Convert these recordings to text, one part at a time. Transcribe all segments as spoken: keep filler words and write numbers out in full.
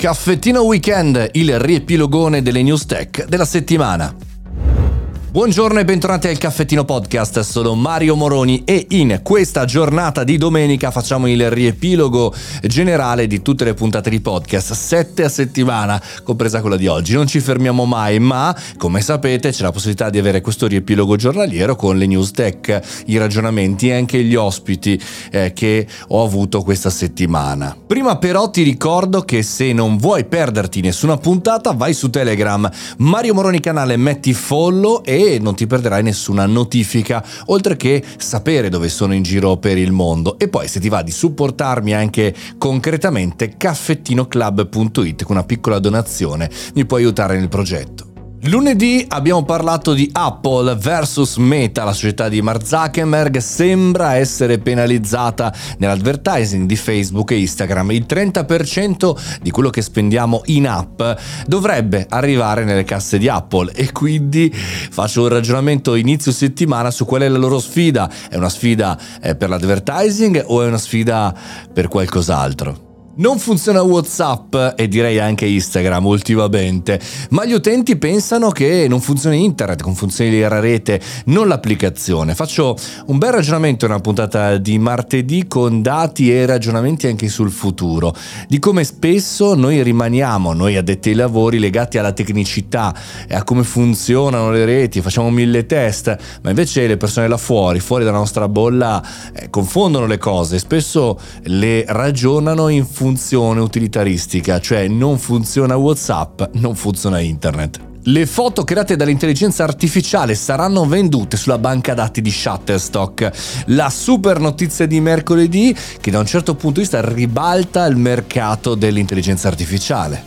Caffettino Weekend, il riepilogone delle news tech della settimana. Buongiorno e bentornati al Caffettino Podcast, sono Mario Moroni e in questa giornata di domenica facciamo il riepilogo generale di tutte le puntate di podcast, sette a settimana, compresa quella di oggi. Non ci fermiamo mai, ma come sapete c'è la possibilità di avere questo riepilogo giornaliero con le news tech, i ragionamenti e anche gli ospiti eh, che ho avuto questa settimana. Prima però ti ricordo che se non vuoi perderti nessuna puntata vai su Telegram, Mario Moroni canale, metti follow e e non ti perderai nessuna notifica, oltre che sapere dove sono in giro per il mondo. E poi se ti va di supportarmi anche concretamente, caffettino club punto it, con una piccola donazione mi puoi aiutare nel progetto. Lunedì abbiamo parlato di Apple versus Meta, la società di Mark Zuckerberg sembra essere penalizzata nell'advertising di Facebook e Instagram. Il trenta per cento di quello che spendiamo in app dovrebbe arrivare nelle casse di Apple e quindi faccio un ragionamento inizio settimana su qual è la loro sfida. È una sfida per l'advertising o è una sfida per qualcos'altro? Non funziona WhatsApp e direi anche Instagram ultimamente, ma gli utenti pensano che non funzioni internet, che non funzioni la rete, non l'applicazione. Faccio un bel ragionamento in una puntata di martedì con dati e ragionamenti anche sul futuro, di come spesso noi rimaniamo, noi addetti ai lavori, legati alla tecnicità e a come funzionano le reti, facciamo mille test, ma invece le persone là fuori, fuori dalla nostra bolla, eh, confondono le cose, spesso le ragionano in funzione funzione utilitaristica, cioè non funziona WhatsApp, non funziona internet. Le foto create dall'intelligenza artificiale saranno vendute sulla banca dati di Shutterstock. La super notizia di mercoledì che da un certo punto di vista ribalta il mercato dell'intelligenza artificiale.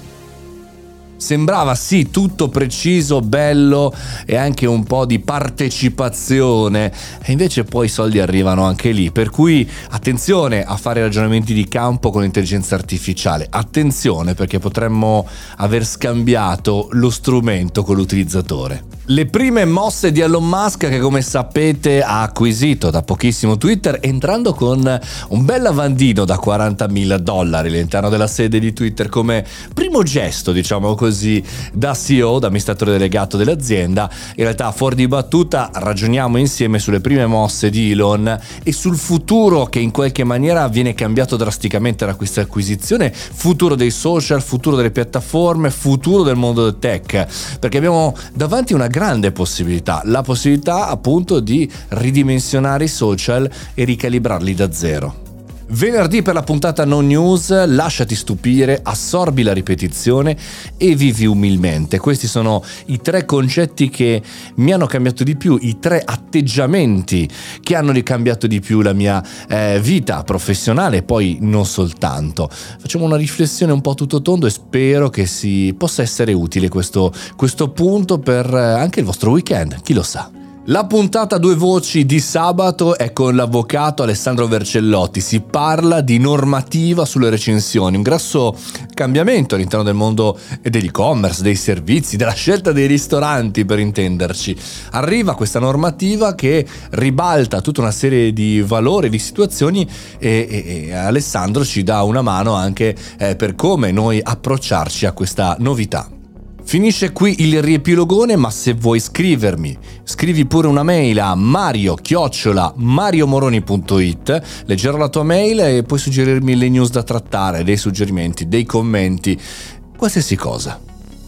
Sembrava sì tutto preciso, bello e anche un po' di partecipazione, e invece poi i soldi arrivano anche lì, per cui attenzione a fare ragionamenti di campo con l'intelligenza artificiale, attenzione perché potremmo aver scambiato lo strumento con l'utilizzatore. Le prime mosse di Elon Musk, che come sapete ha acquisito da pochissimo Twitter entrando con un bel lavandino da quarantamila dollari all'interno della sede di Twitter come primo gesto, diciamo così, da C E O, da amministratore delegato dell'azienda. In realtà fuori di battuta ragioniamo insieme sulle prime mosse di Elon e sul futuro che in qualche maniera viene cambiato drasticamente da questa acquisizione, futuro dei social, futuro delle piattaforme, futuro del mondo del tech, perché abbiamo davanti una grande possibilità, la possibilità appunto di ridimensionare i social e ricalibrarli da zero. Venerdì per la puntata No News, lasciati stupire, assorbi la ripetizione e vivi umilmente. Questi sono i tre concetti che mi hanno cambiato di più, i tre atteggiamenti che hanno ricambiato di più la mia eh, vita professionale e poi non soltanto. Facciamo una riflessione un po' tutto tondo e spero che si possa essere utile questo, questo punto per eh, anche il vostro weekend, chi lo sa. La puntata a due voci di sabato è con l'avvocato Alessandro Vercellotti. Si parla di normativa sulle recensioni, un grosso cambiamento all'interno del mondo dell'e-commerce, dei servizi, della scelta dei ristoranti per intenderci. Arriva questa normativa che ribalta tutta una serie di valori, di situazioni e, e, e Alessandro ci dà una mano anche eh, per come noi approcciarci a questa novità. Finisce qui il riepilogone, ma se vuoi scrivermi, scrivi pure una mail a mario chiocciola mariomoroni punto it, leggerò la tua mail e puoi suggerirmi le news da trattare, dei suggerimenti, dei commenti, qualsiasi cosa.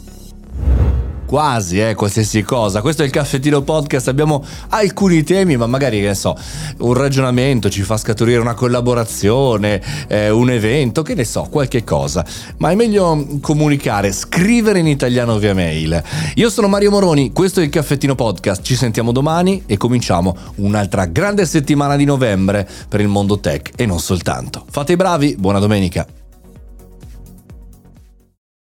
Quasi, eh, qualsiasi cosa. Questo è il Caffettino Podcast, abbiamo alcuni temi, ma magari, che ne so, un ragionamento ci fa scaturire una collaborazione, eh, un evento, che ne so, qualche cosa. Ma è meglio comunicare, scrivere in italiano via mail. Io sono Mario Moroni, questo è il Caffettino Podcast, ci sentiamo domani e cominciamo un'altra grande settimana di novembre per il mondo tech e non soltanto. Fate i bravi, buona domenica.